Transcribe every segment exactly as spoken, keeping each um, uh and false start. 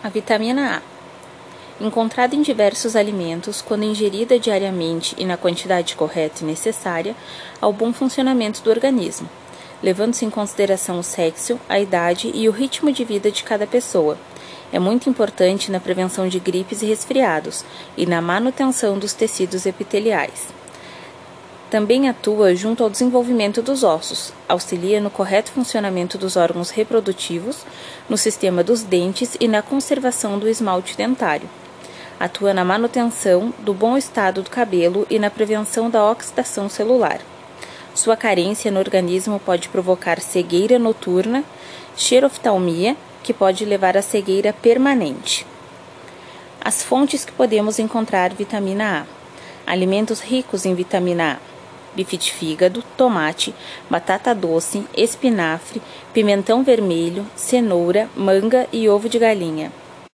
A vitamina A. Encontrada em diversos alimentos, quando ingerida diariamente e na quantidade correta e necessária ao bom funcionamento do organismo, levando-se em consideração o sexo, a idade e o ritmo de vida de cada pessoa. É muito importante na prevenção de gripes e resfriados e na manutenção dos tecidos epiteliais. Também atua junto ao desenvolvimento dos ossos, auxilia no correto funcionamento dos órgãos reprodutivos, no sistema dos dentes e na conservação do esmalte dentário. Atua na manutenção do bom estado do cabelo e na prevenção da oxidação celular. Sua carência no organismo pode provocar cegueira noturna, xeroftalmia, que pode levar à cegueira permanente. As fontes que podemos encontrar vitamina A. Alimentos ricos em vitamina A. Bife de fígado, tomate, batata doce, espinafre, pimentão vermelho, cenoura, manga e ovo de galinha.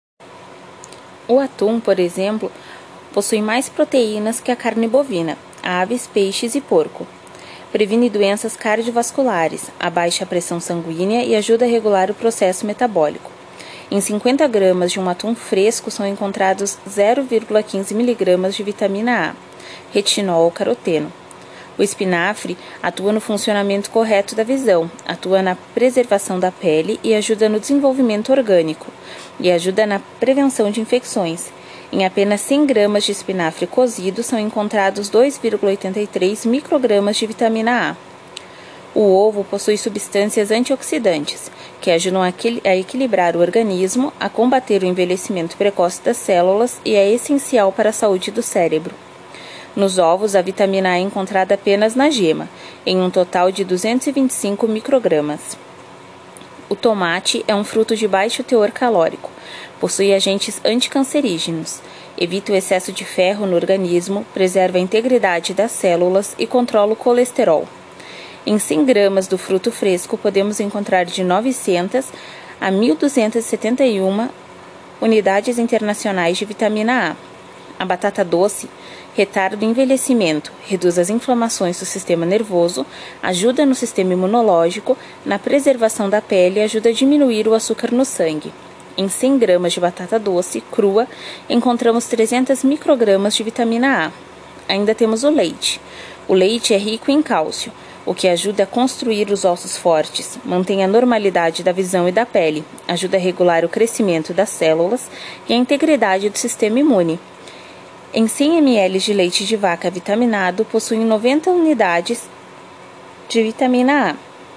O atum, por exemplo, possui mais proteínas que a carne bovina, aves, peixes e porco. Previne doenças cardiovasculares, abaixa a pressão sanguínea e ajuda a regular o processo metabólico. Em cinquenta gramas de um atum fresco são encontrados zero vírgula quinze miligramas de vitamina A, retinol, caroteno. O espinafre atua no funcionamento correto da visão, atua na preservação da pele e ajuda no desenvolvimento orgânico, e ajuda na prevenção de infecções. Em apenas cem gramas de espinafre cozido são encontrados dois vírgula oitenta e três microgramas de vitamina A. O ovo possui substâncias antioxidantes, que ajudam a equilibrar o organismo, a combater o envelhecimento precoce das células e é essencial para a saúde do cérebro. Nos ovos, a vitamina A é encontrada apenas na gema, em um total de duzentos e vinte e cinco microgramas. O tomate é um fruto de baixo teor calórico, possui agentes anticancerígenos, evita o excesso de ferro no organismo, preserva a integridade das células e controla o colesterol. Em cem gramas do fruto fresco, podemos encontrar de novecentas a mil duzentas e setenta e uma unidades internacionais de vitamina A. A batata doce retarda o envelhecimento, reduz as inflamações do sistema nervoso, ajuda no sistema imunológico, na preservação da pele e ajuda a diminuir o açúcar no sangue. Em cem gramas de batata doce crua, encontramos trezentos microgramas de vitamina A. Ainda temos o leite. O leite é rico em cálcio, o que ajuda a construir os ossos fortes, mantém a normalidade da visão e da pele, ajuda a regular o crescimento das células e a integridade do sistema imune. Em cem mililitros de leite de vaca vitaminado, possuem noventa unidades de vitamina A.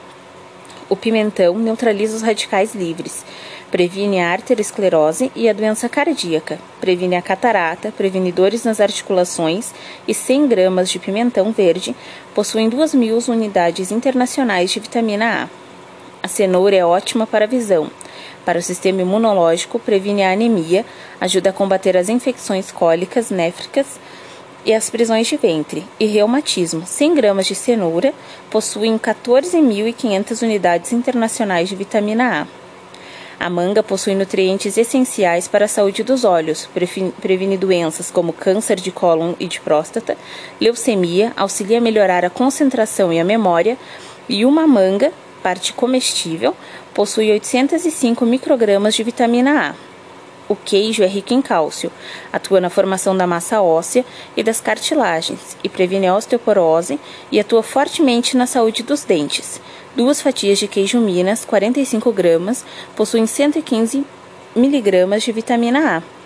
O pimentão neutraliza os radicais livres, previne a arteriosclerose e a doença cardíaca, previne a catarata, previne dores nas articulações e cem gramas de pimentão verde possuem duas mil unidades internacionais de vitamina A. A cenoura é ótima para a visão. Para o sistema imunológico, previne a anemia, ajuda a combater as infecções cólicas, néfricas e as prisões de ventre e reumatismo. cem gramas de cenoura possuem quatorze mil e quinhentas unidades internacionais de vitamina A. A manga possui nutrientes essenciais para a saúde dos olhos, previne doenças como câncer de cólon e de próstata, leucemia, auxilia a melhorar a concentração e a memória, e uma manga, parte comestível, possui oitocentos e cinco microgramas de vitamina A. O queijo é rico em cálcio, atua na formação da massa óssea e das cartilagens e previne a osteoporose e atua fortemente na saúde dos dentes. Duas fatias de queijo Minas, quarenta e cinco gramas, possuem cento e quinze miligramas de vitamina A.